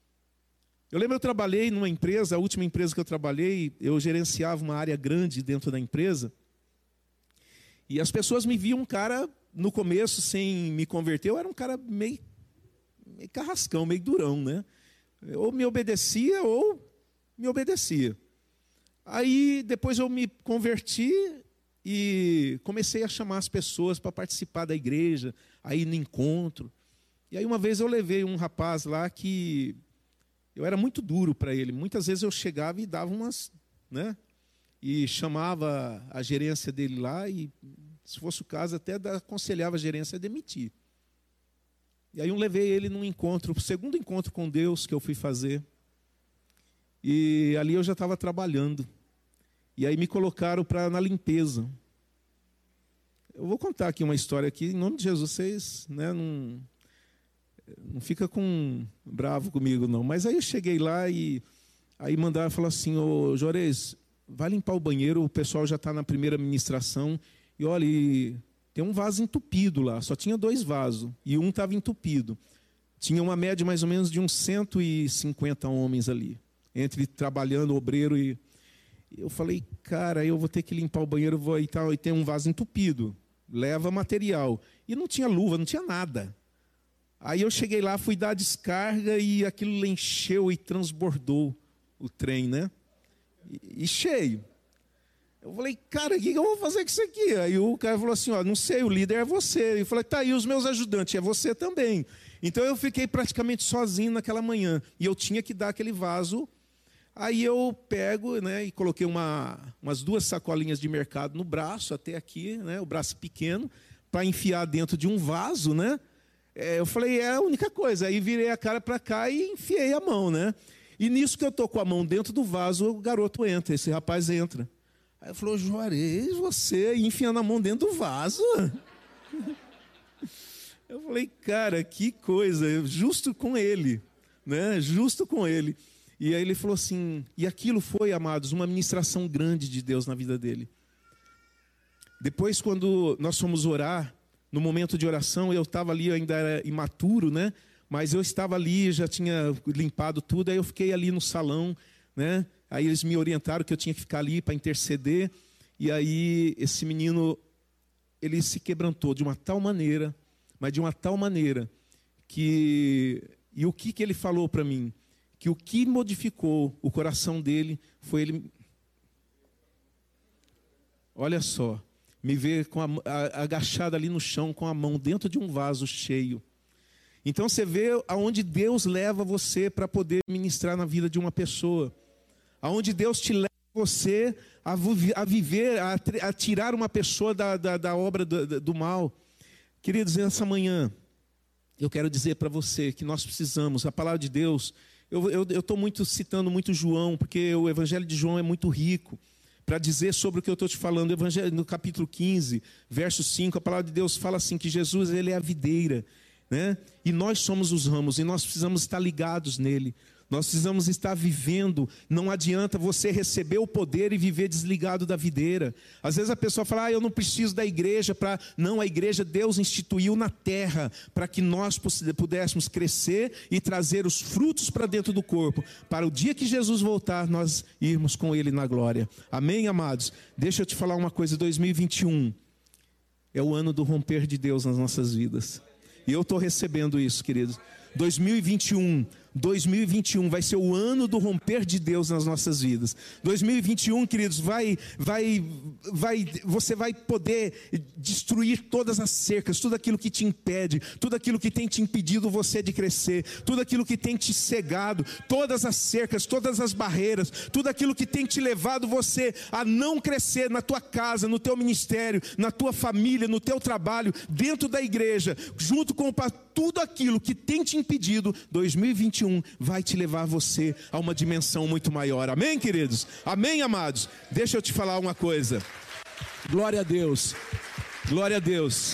Eu lembro, eu trabalhei numa empresa, a última empresa que eu trabalhei, eu gerenciava uma área grande dentro da empresa, e as pessoas me viam um cara, no começo, sem me converter, eu era um cara meio, meio carrascão, meio durão, né? Ou me obedecia, ou me obedecia. Aí, depois eu me converti, e comecei a chamar as pessoas para participar da igreja, aí no encontro. E aí uma vez eu levei um rapaz lá que eu era muito duro para ele. Muitas vezes eu chegava e dava umas, né? E chamava a gerência dele lá e, se fosse o caso, até aconselhava a gerência a demitir. E aí eu levei ele num encontro, o segundo encontro com Deus que eu fui fazer. E ali eu já estava trabalhando. E aí me colocaram para na limpeza. Eu vou contar aqui uma história aqui, em nome de Jesus, vocês, né, não, não fica com bravo comigo não. Mas aí eu cheguei lá e aí mandaram falar assim, ô Juarez, vai limpar o banheiro, o pessoal já está na primeira ministração, e olha, e tem um vaso entupido lá, só tinha dois vasos, e um estava entupido. Tinha uma média mais ou menos de uns cento e cinquenta homens ali, entre trabalhando, obreiro e... Eu falei, cara, eu vou ter que limpar o banheiro, vou, e, tal, e tem um vaso entupido, leva material. E não tinha luva, não tinha nada. Aí eu cheguei lá, fui dar a descarga e aquilo encheu e transbordou o trem, né? E, e cheio. Eu falei, cara, o que eu vou fazer com isso aqui? Aí o cara falou assim, ó, não sei, o líder é você. Eu falei, tá aí os meus ajudantes, é você também. Então eu fiquei praticamente sozinho naquela manhã. E eu tinha que dar aquele vaso. Aí eu pego, né, e coloquei uma, umas duas sacolinhas de mercado no braço, até aqui, né, o braço pequeno, para enfiar dentro de um vaso, né? É, eu falei, é a única coisa. Aí virei a cara para cá e enfiei a mão, né? E nisso que eu estou com a mão dentro do vaso, o garoto entra, esse rapaz entra. Aí eu falei, Juarez, você enfiando a mão dentro do vaso? Eu falei, cara, que coisa, justo com ele, né? Justo com ele. E aí ele falou assim, e aquilo foi, amados, uma ministração grande de Deus na vida dele. Depois, quando nós fomos orar, no momento de oração, eu estava ali, eu ainda era imaturo, né? Mas eu estava ali, já tinha limpado tudo, aí eu fiquei ali no salão, né? Aí eles me orientaram que eu tinha que ficar ali para interceder. E aí esse menino, ele se quebrantou de uma tal maneira, mas de uma tal maneira, que... E o que, que ele falou para mim? Que o que modificou o coração dele foi ele... Olha só, me ver com a, a, agachado ali no chão, com a mão dentro de um vaso cheio. Então você vê aonde Deus leva você para poder ministrar na vida de uma pessoa. Aonde Deus te leva você a, a viver, a, a tirar uma pessoa da, da, da obra do, do mal. Queridos, nessa manhã, eu quero dizer para você que nós precisamos, a palavra de Deus, eu estou muito citando muito João, porque o Evangelho de João é muito rico, para dizer sobre o que eu estou te falando. Evangelho, no capítulo quinze, verso cinco, a palavra de Deus fala assim, que Jesus, ele é a videira, né? E nós somos os ramos, e nós precisamos estar ligados nele. Nós precisamos estar vivendo. Não adianta você receber o poder e viver desligado da videira. Às vezes a pessoa fala, ah, eu não preciso da igreja para... Não, a igreja Deus instituiu na terra para que nós pudéssemos crescer e trazer os frutos para dentro do corpo, para o dia que Jesus voltar, nós irmos com Ele na glória. Amém, amados? Deixa eu te falar uma coisa, dois mil e vinte e um é o ano do romper de Deus nas nossas vidas. E eu estou recebendo isso, queridos. dois mil e vinte e um, dois mil e vinte e um vai ser o ano do romper de Deus nas nossas vidas. dois mil e vinte e um, queridos, vai, vai, vai, você vai poder destruir todas as cercas, tudo aquilo que te impede, tudo aquilo que tem te impedido você de crescer, tudo aquilo que tem te cegado, todas as cercas, todas as barreiras, tudo aquilo que tem te levado você a não crescer na tua casa, no teu ministério, na tua família, no teu trabalho, dentro da igreja, junto com o pastor. Tudo aquilo que tem te impedido, dois mil e vinte e um vai te levar você a uma dimensão muito maior. Amém, queridos? Amém, amados? Deixa eu te falar uma coisa. Glória a Deus. Glória a Deus.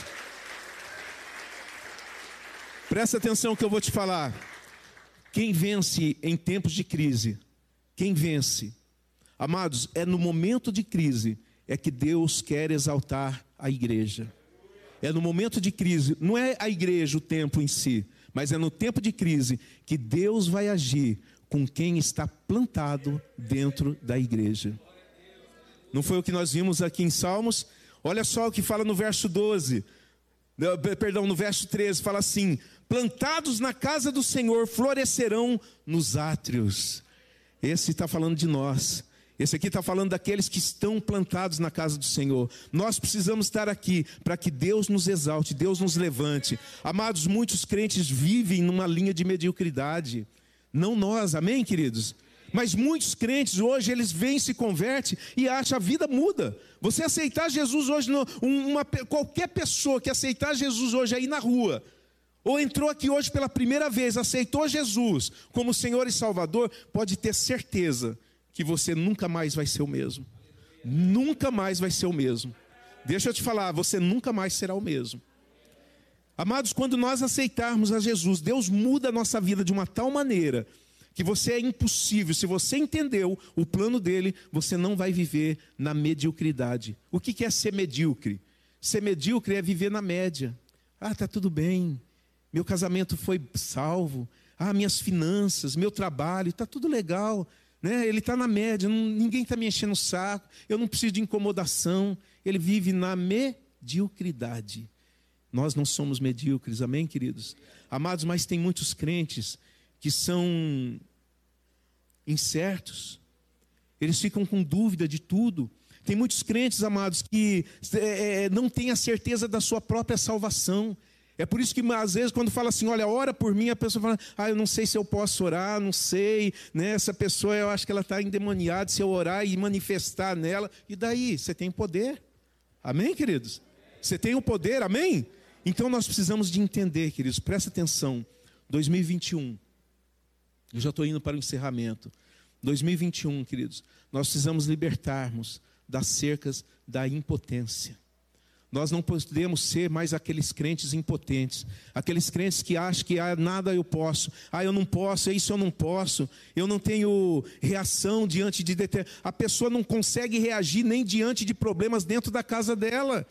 Presta atenção que eu vou te falar. Quem vence em tempos de crise? Quem vence? Amados, é no momento de crise é que Deus quer exaltar a igreja. É no momento de crise, não é a igreja o tempo em si, mas é no tempo de crise que Deus vai agir com quem está plantado dentro da igreja. Não foi o que nós vimos aqui em Salmos? Olha só o que fala no verso doze, perdão, no verso treze, fala assim, plantados na casa do Senhor, florescerão nos átrios. Esse está falando de nós. Esse aqui está falando daqueles que estão plantados na casa do Senhor. Nós precisamos estar aqui para que Deus nos exalte, Deus nos levante. Amados, muitos crentes vivem numa linha de mediocridade. Não nós, amém, queridos? Mas muitos crentes hoje, eles vêm, se convertem e acham a vida muda. Você aceitar Jesus hoje, uma, qualquer pessoa que aceitar Jesus hoje aí na rua, ou entrou aqui hoje pela primeira vez, aceitou Jesus como Senhor e Salvador, pode ter certeza que você nunca mais vai ser o mesmo. Nunca mais vai ser o mesmo. Deixa eu te falar, você nunca mais será o mesmo. Amados, quando nós aceitarmos a Jesus, Deus muda a nossa vida de uma tal maneira que você é impossível. Se você entendeu o plano dele, você não vai viver na mediocridade. O que é ser medíocre? Ser medíocre é viver na média. Ah, está tudo bem. Meu casamento foi salvo. Ah, minhas finanças, meu trabalho, está tudo legal. Né? Ele está na média, não, ninguém está me enchendo o saco, eu não preciso de incomodação. Ele vive na mediocridade. Nós não somos medíocres, amém, queridos? Amados, mas tem muitos crentes que são incertos. Eles ficam com dúvida de tudo. Tem muitos crentes, amados, que é, não têm a certeza da sua própria salvação. É por isso que às vezes quando fala assim, olha, ora por mim, a pessoa fala, ah, eu não sei se eu posso orar, não sei, né? Essa pessoa, eu acho que ela está endemoniada, se eu orar e manifestar nela, e daí? Você tem poder, amém, queridos? Você tem o poder, amém? Então nós precisamos de entender, queridos, presta atenção, dois mil e vinte e um, eu já estou indo para o encerramento, dois mil e vinte e um, queridos, nós precisamos libertarmos das cercas da impotência. Nós não podemos ser mais aqueles crentes impotentes, aqueles crentes que acham que ah, nada eu posso, ah, eu não posso, isso eu não posso, eu não tenho reação diante de deter... A pessoa não consegue reagir nem diante de problemas dentro da casa dela.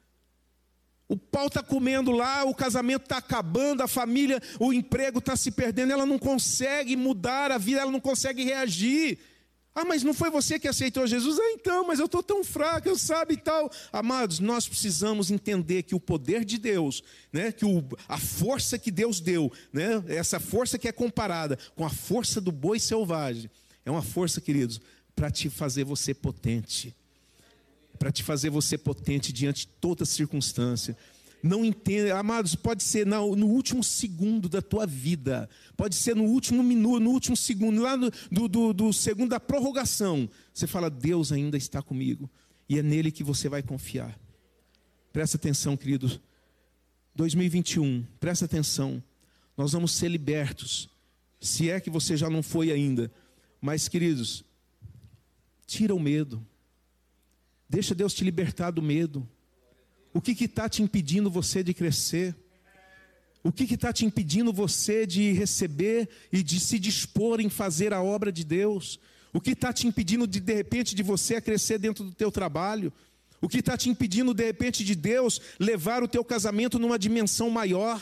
O pau está comendo lá, o casamento está acabando, a família, o emprego está se perdendo, ela não consegue mudar a vida, ela não consegue reagir. Ah, mas não foi você que aceitou Jesus? Ah, então, mas eu estou tão fraco, eu sabe e tal. Amados, nós precisamos entender que o poder de Deus, né, que o, a força que Deus deu, né, essa força que é comparada com a força do boi selvagem, é uma força, queridos, para te fazer você potente. Para te fazer você potente diante de toda circunstância. Não entenda, amados, pode ser no, no último segundo da tua vida, pode ser no último minuto, no último segundo, lá no, do, do, do segundo da prorrogação, você fala, Deus ainda está comigo, e é nele que você vai confiar. Presta atenção, queridos, dois mil e vinte e um, presta atenção, nós vamos ser libertos, se é que você já não foi ainda, mas queridos, tira o medo, deixa Deus te libertar do medo. O que está te impedindo você de crescer? O que está te impedindo você de receber e de se dispor em fazer a obra de Deus? O que está te impedindo de, de repente, de você a crescer dentro do teu trabalho? O que está te impedindo, de repente, de Deus levar o teu casamento numa dimensão maior?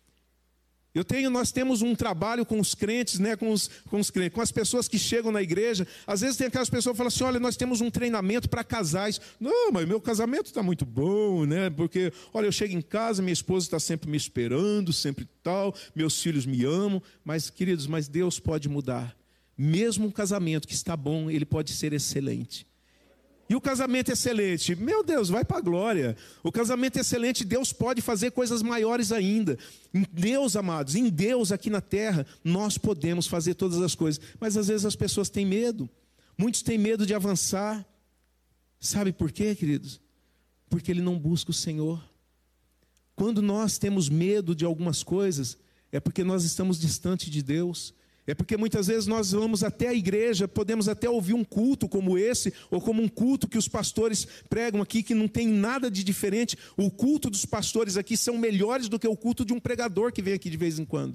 Eu tenho, nós temos um trabalho com os crentes, né, com, os, com os crentes, com as pessoas que chegam na igreja. Às vezes tem aquelas pessoas que falam assim, olha, nós temos um treinamento para casais. Não, mas meu casamento está muito bom, né? Porque, olha, eu chego em casa, minha esposa está sempre me esperando, sempre tal, meus filhos me amam. Mas, queridos, mas Deus pode mudar. Mesmo um casamento que está bom, ele pode ser excelente. E o casamento excelente, meu Deus, vai para a glória. O casamento excelente, Deus pode fazer coisas maiores ainda. Em Deus, amados, em Deus aqui na terra, nós podemos fazer todas as coisas. Mas às vezes as pessoas têm medo. Muitos têm medo de avançar. Sabe por quê, queridos? Porque ele não busca o Senhor. Quando nós temos medo de algumas coisas, é porque nós estamos distante de Deus. É porque muitas vezes nós vamos até a igreja, podemos até ouvir um culto como esse, ou como um culto que os pastores pregam aqui, que não tem nada de diferente. O culto dos pastores aqui são melhores do que o culto de um pregador que vem aqui de vez em quando.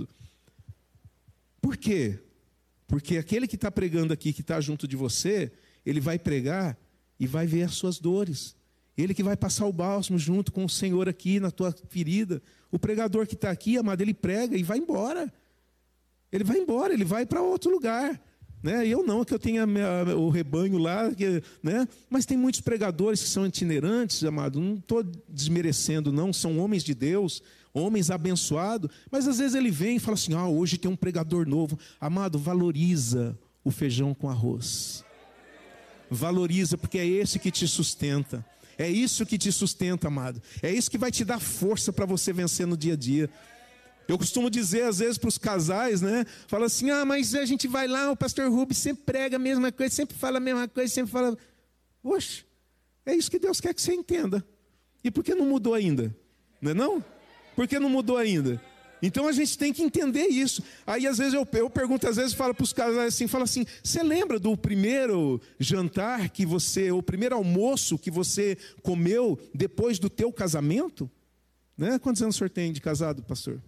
Por quê? Porque aquele que está pregando aqui, que está junto de você, ele vai pregar e vai ver as suas dores. Ele que vai passar o bálsamo junto com o Senhor aqui na tua ferida. O pregador que está aqui, amado, ele prega e vai embora. Ele vai embora, ele vai para outro lugar, né? Eu não, que eu tenha o rebanho lá, que, né? Mas tem muitos pregadores que são itinerantes, amado, não estou desmerecendo não, são homens de Deus, homens abençoados, mas às vezes ele vem e fala assim, ah, hoje tem um pregador novo. Amado, valoriza o feijão com arroz, valoriza, porque é esse que te sustenta, é isso que te sustenta, amado, é isso que vai te dar força para você vencer no dia a dia. Eu costumo dizer, às vezes, para os casais, né? Fala assim, ah, mas a gente vai lá, o pastor Rubens sempre prega a mesma coisa, sempre fala a mesma coisa, sempre fala... Poxa, é isso que Deus quer que você entenda. E por que não mudou ainda? Não é não? Por que não mudou ainda? Então a gente tem que entender isso. Aí às vezes eu, eu pergunto, às vezes falo para os casais assim, fala assim, você lembra do primeiro jantar que você, o primeiro almoço que você comeu depois do teu casamento? Né? Quantos anos o senhor tem de casado, pastor?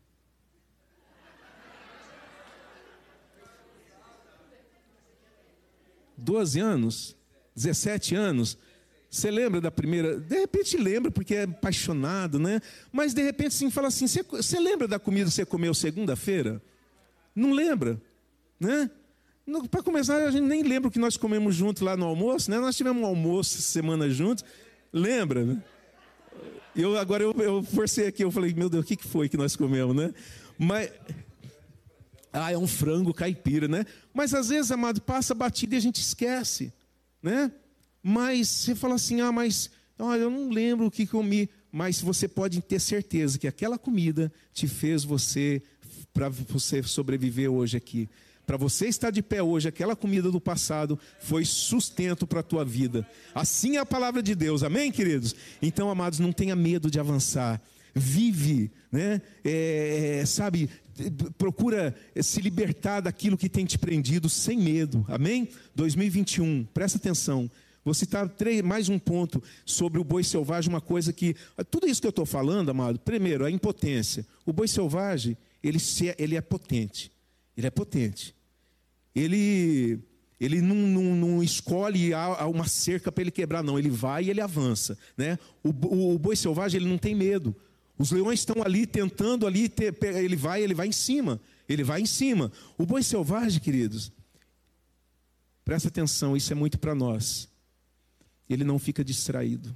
doze anos, dezessete anos, você lembra da primeira, de repente lembra porque é apaixonado, né? Mas de repente sim, fala assim, você, você lembra da comida que você comeu segunda-feira? Não lembra, né? Para começar, a gente nem lembra o que nós comemos juntos lá no almoço, né? Nós tivemos um almoço semana juntos, lembra, né? Eu, agora eu, eu forcei aqui, eu falei, meu Deus, o que, que foi que nós comemos, né? Mas... Ah, é um frango caipira, né? Mas às vezes, amado, passa batida e a gente esquece, né? Mas você fala assim, ah, mas olha, eu não lembro o que comi. mas você pode ter certeza que aquela comida te fez você, para você sobreviver hoje aqui. Para você estar de pé hoje, aquela comida do passado foi sustento para a tua vida. Assim é a palavra de Deus, amém, queridos? Então, amados, não tenha medo de avançar. Vive, né? É, sabe, procura se libertar daquilo que tem te prendido sem medo, amém? dois mil e vinte e um, presta atenção. Vou citar três, mais um ponto sobre o boi selvagem, uma coisa que... Tudo isso que eu estou falando, amado, primeiro, a impotência. O boi selvagem, ele, se, ele é potente. Ele é potente. Ele, ele não, não, não escolhe uma cerca para ele quebrar, não. Ele vai e ele avança, né? O, o, o boi selvagem, ele não tem medo. Os leões estão ali tentando ali, ter, ele vai, ele vai em cima. Ele vai em cima. O boi selvagem, queridos, presta atenção, isso é muito para nós. Ele não fica distraído.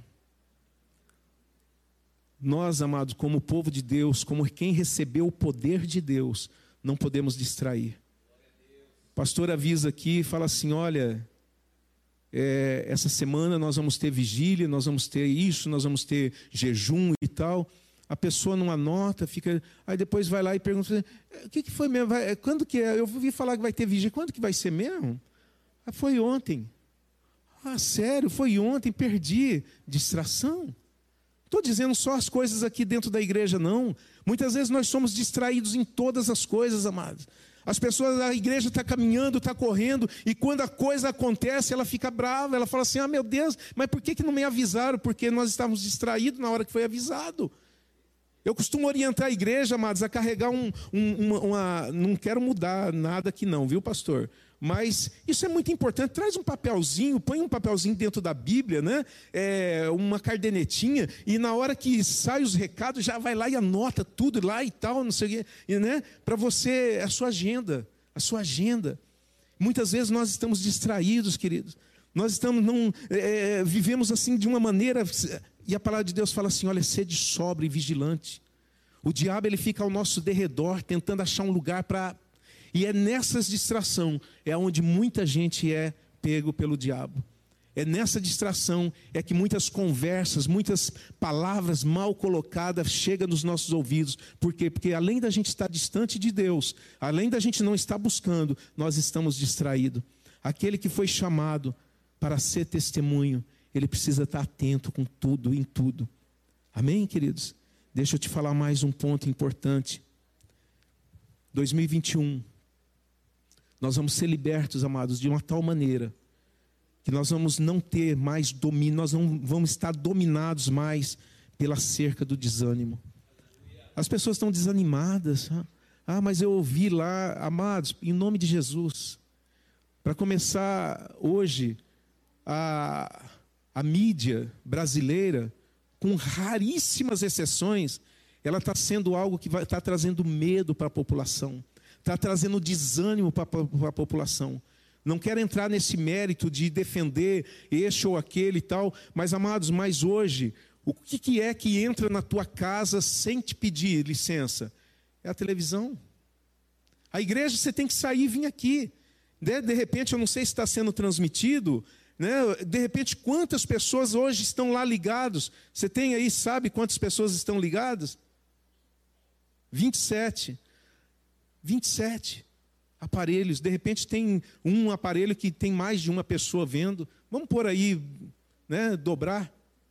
Nós, amados, como povo de Deus, como quem recebeu o poder de Deus, não podemos distrair. O pastor avisa aqui e fala assim, olha, é, essa semana nós vamos ter vigília, nós vamos ter isso, nós vamos ter jejum e tal. A pessoa não anota, fica... Aí depois vai lá e pergunta, o que, que foi mesmo? Vai, quando que é? Eu ouvi falar que vai ter vigília, quando que vai ser mesmo? Ah, foi ontem. Ah, sério, foi ontem, perdi. Distração. Estou dizendo só as coisas aqui dentro da igreja, não. Muitas vezes nós somos distraídos em todas as coisas, amados. As pessoas, a igreja está caminhando, está correndo, e quando a coisa acontece, ela fica brava, ela fala assim, ah, meu Deus, mas por que, que não me avisaram? Porque nós estávamos distraídos na hora que foi avisado. Eu costumo orientar a igreja, amados, a carregar um, um, uma, uma... Não quero mudar nada aqui não, viu, pastor? Mas isso é muito importante. Traz um papelzinho, põe um papelzinho dentro da Bíblia, né? É, uma cardenetinha, e na hora que sai os recados, já vai lá e anota tudo lá e tal, não sei o quê, né? Para você, a sua agenda, a sua agenda. Muitas vezes nós estamos distraídos, queridos. Nós estamos, não, é, vivemos assim de uma maneira, e a palavra de Deus fala assim, olha, sede sóbrio e vigilante. O diabo, ele fica ao nosso derredor, tentando achar um lugar para... E é nessas distração, é onde muita gente é pego pelo diabo. É nessa distração, é que muitas conversas, muitas palavras mal colocadas chegam nos nossos ouvidos. Por quê? Porque além da gente estar distante de Deus, além da gente não estar buscando, nós estamos distraídos. Aquele que foi chamado para ser testemunho, ele precisa estar atento com tudo, em tudo. Amém, queridos? Deixa eu te falar mais um ponto importante. dois mil e vinte e um. Nós vamos ser libertos, amados, de uma tal maneira que nós vamos não ter mais domínio, nós não vamos estar dominados mais pela cerca do desânimo. As pessoas estão desanimadas. Ah, mas eu ouvi lá, amados, em nome de Jesus. Para começar, hoje, a, a mídia brasileira, com raríssimas exceções, ela está sendo algo que está trazendo medo para a população. Está trazendo desânimo para a população. Não quero entrar nesse mérito de defender este ou aquele e tal, mas, amados, mas hoje, o que, que é que entra na tua casa sem te pedir licença? É a televisão. A igreja, você tem que sair e vir aqui. De, de repente, eu não sei se está sendo transmitido, né? De repente, quantas pessoas hoje estão lá ligados? Você tem aí, sabe quantas pessoas estão ligadas? vinte e sete. vinte e sete aparelhos. De repente tem um aparelho que tem mais de uma pessoa vendo. Vamos por aí, né, dobrar.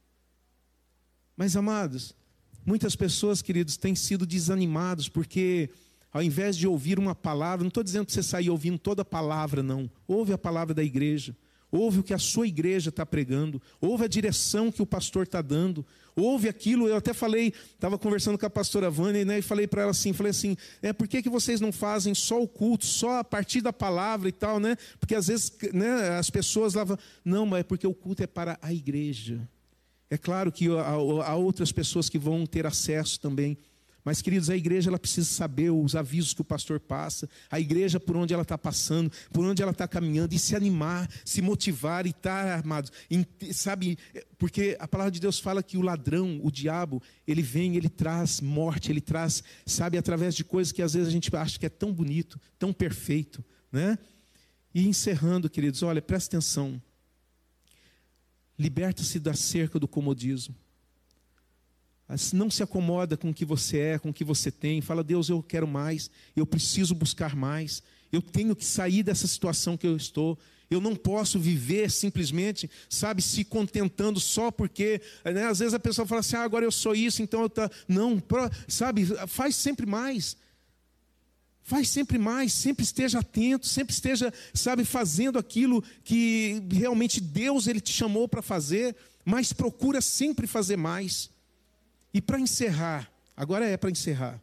Mas, amados, muitas pessoas, queridos, têm sido desanimados porque ao invés de ouvir uma palavra, não estou dizendo para você sair ouvindo toda a palavra, não. Ouve a palavra da igreja. Ouve o que a sua igreja está pregando. Ouve a direção que o pastor está dando. Ouve aquilo, eu até falei, estava conversando com a pastora Vânia, né, e falei para ela assim, falei assim, é, por que, que vocês não fazem só o culto, só a partir da palavra e tal, né? Porque às vezes, né, as pessoas lá, não, mas é porque o culto é para a igreja. É claro que há, há outras pessoas que vão ter acesso também. Mas, queridos, a igreja ela precisa saber os avisos que o pastor passa, a igreja por onde ela está passando, por onde ela está caminhando, e se animar, se motivar e estar armado. Sabe, porque a palavra de Deus fala que o ladrão, o diabo, ele vem, ele traz morte, ele traz, sabe, através de coisas que às vezes a gente acha que é tão bonito, tão perfeito, né? E encerrando, queridos, olha, presta atenção. Liberta-se da cerca do comodismo. Não se acomoda com o que você é, com o que você tem. Fala, Deus, eu quero mais, eu preciso buscar mais. Eu tenho que sair dessa situação que eu estou. Eu não posso viver simplesmente, sabe, se contentando só porque, né, às vezes a pessoa fala assim, ah, agora eu sou isso, então eu tá... Não, sabe, faz sempre mais. Faz sempre mais, sempre esteja atento, sempre esteja, sabe, fazendo aquilo que realmente Deus ele te chamou para fazer, mas procura sempre fazer mais. E para encerrar, agora é para encerrar.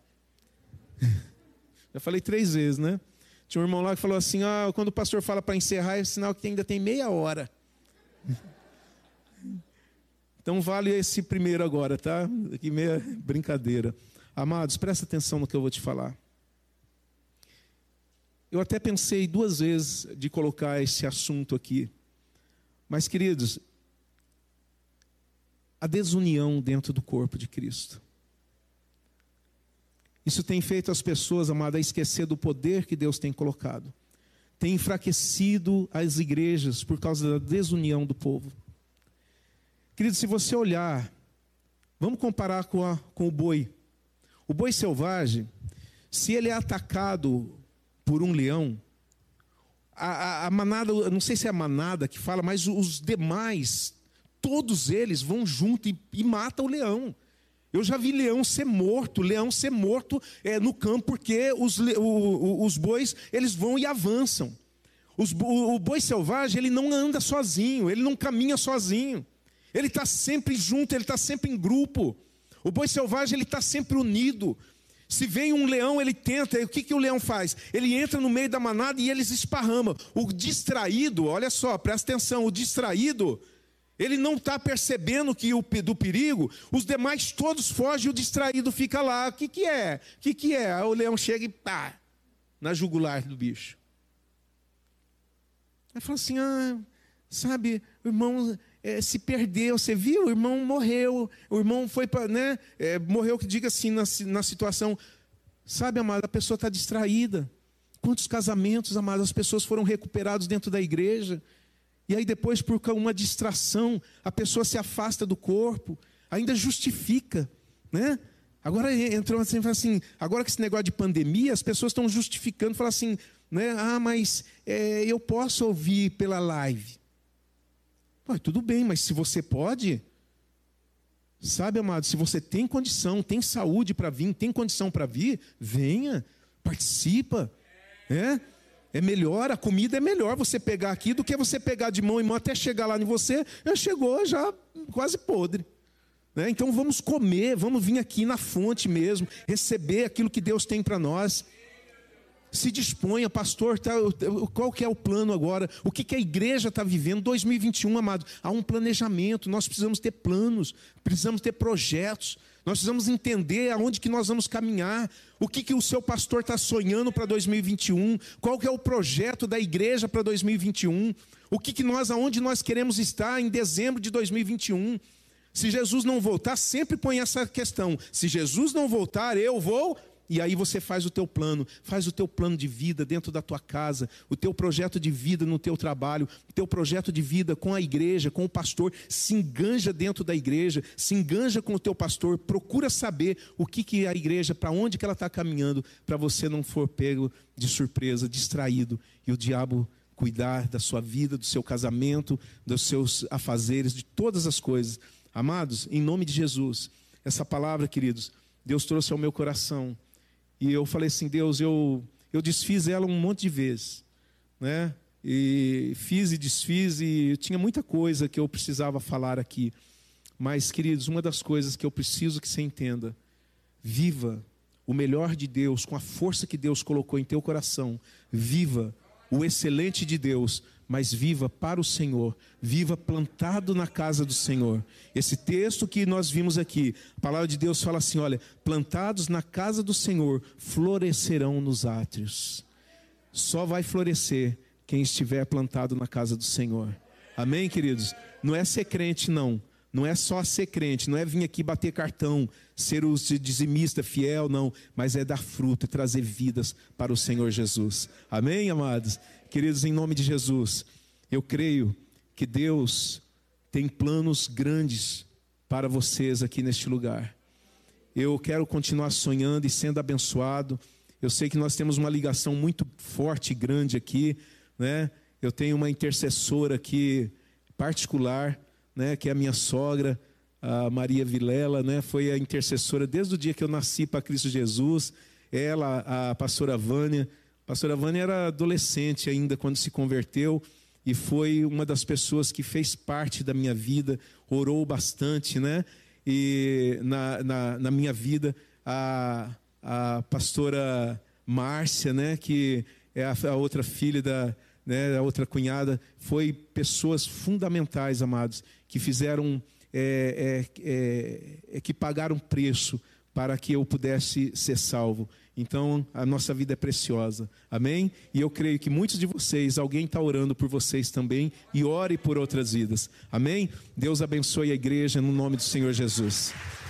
Já falei três vezes, né? Tinha um irmão lá que falou assim, ah, quando o pastor fala para encerrar, é sinal que ainda tem meia hora. Então vale esse primeiro agora, tá? Aqui meia brincadeira. Amados, presta atenção no que eu vou te falar. Eu até pensei duas vezes de colocar esse assunto aqui. Mas, queridos, a desunião dentro do corpo de Cristo. Isso tem feito as pessoas, amada, a esquecer do poder que Deus tem colocado. Tem enfraquecido as igrejas por causa da desunião do povo. Querido, se você olhar, vamos comparar com, a, com o boi. O boi selvagem, se ele é atacado por um leão, a, a, a manada, eu não sei se é a manada que fala, mas os demais, todos eles vão junto e, e matam o leão. Eu já vi leão ser morto, leão ser morto é, no campo, porque os, o, os bois, eles vão e avançam. Os, o, o boi selvagem, ele não anda sozinho, ele não caminha sozinho. Ele está sempre junto, ele está sempre em grupo. O boi selvagem, ele está sempre unido. Se vem um leão, ele tenta, o que, que o leão faz? Ele entra no meio da manada e eles esparramam. O distraído, olha só, presta atenção, o distraído... Ele não está percebendo que o do perigo, os demais todos fogem e o distraído fica lá. O que, que é? O que, que é? Aí o leão chega e pá, na jugular do bicho. Aí fala assim, ah, sabe, o irmão é, se perdeu, você viu? O irmão morreu, o irmão foi para, né, é, morreu, que diga assim, na, na situação. Sabe, amado, a pessoa está distraída. Quantos casamentos, amado, as pessoas foram recuperados dentro da igreja. E aí depois, por uma distração, a pessoa se afasta do corpo, ainda justifica, né? Agora entrou assim, fala assim, agora que esse negócio de pandemia, as pessoas estão justificando, falam assim, né? Ah, mas é, eu posso ouvir pela live. Pô, tudo bem, mas se você pode, sabe, amado, se você tem condição, tem saúde para vir, tem condição para vir, venha, participa, né? É melhor, a comida é melhor você pegar aqui do que você pegar de mão em mão até chegar lá em você, já chegou já quase podre. Né? Então vamos comer, vamos vir aqui na fonte mesmo, receber aquilo que Deus tem para nós. Se disponha, pastor, tá, qual que é o plano agora? O que, que a igreja está vivendo? dois mil e vinte e um, amado, há um planejamento, nós precisamos ter planos, precisamos ter projetos. Nós precisamos entender aonde que nós vamos caminhar, o que, que o seu pastor está sonhando para dois mil e vinte e um, qual que é o projeto da igreja para dois mil e vinte e um, o que, que nós, aonde nós queremos estar em dezembro de dois mil e vinte e um. Se Jesus não voltar, sempre põe essa questão, se Jesus não voltar, eu vou... E aí você faz o teu plano, faz o teu plano de vida dentro da tua casa, o teu projeto de vida no teu trabalho, o teu projeto de vida com a igreja, com o pastor, se enganja dentro da igreja, se enganja com o teu pastor, procura saber o que, que a igreja, para onde que ela está caminhando, para você não for pego de surpresa, distraído, e o diabo cuidar da sua vida, do seu casamento, dos seus afazeres, de todas as coisas. Amados, em nome de Jesus, essa palavra, queridos, Deus trouxe ao meu coração. E eu falei assim, Deus, eu, eu desfiz ela um monte de vezes, né? E fiz e desfiz e tinha muita coisa que eu precisava falar aqui. Mas, queridos, uma das coisas que eu preciso que você entenda, viva o melhor de Deus com a força que Deus colocou em teu coração. Viva o excelente de Deus, mas viva para o Senhor, viva plantado na casa do Senhor. Esse texto que nós vimos aqui, a palavra de Deus fala assim, olha, plantados na casa do Senhor, florescerão nos átrios. Só vai florescer quem estiver plantado na casa do Senhor. Amém, queridos? Não é ser crente, não. Não é só ser crente, não é vir aqui bater cartão, ser o dizimista fiel, não. Mas é dar fruto e trazer vidas para o Senhor Jesus. Amém, amados? Queridos, em nome de Jesus, eu creio que Deus tem planos grandes para vocês aqui neste lugar. eu quero continuar sonhando e sendo abençoado. Eu sei que nós temos uma ligação muito forte e grande aqui, né? Eu tenho uma intercessora aqui particular, né? Que é a minha sogra, a Maria Vilela, né? Foi a intercessora desde o dia que eu nasci para Cristo Jesus. Ela, a pastora Vânia. A pastora Vânia era adolescente ainda quando se converteu e foi uma das pessoas que fez parte da minha vida, orou bastante, né? E na, na, na minha vida, a, a pastora Márcia, né? Que é a, a outra filha da, né? A outra cunhada, foi pessoas fundamentais, amados, que fizeram, é, é, é, é, que pagaram preço para que eu pudesse ser salvo. Então, a nossa vida é preciosa, amém? E eu creio que muitos de vocês, alguém está orando por vocês também, e ore por outras vidas, amém? Deus abençoe a igreja no nome do Senhor Jesus.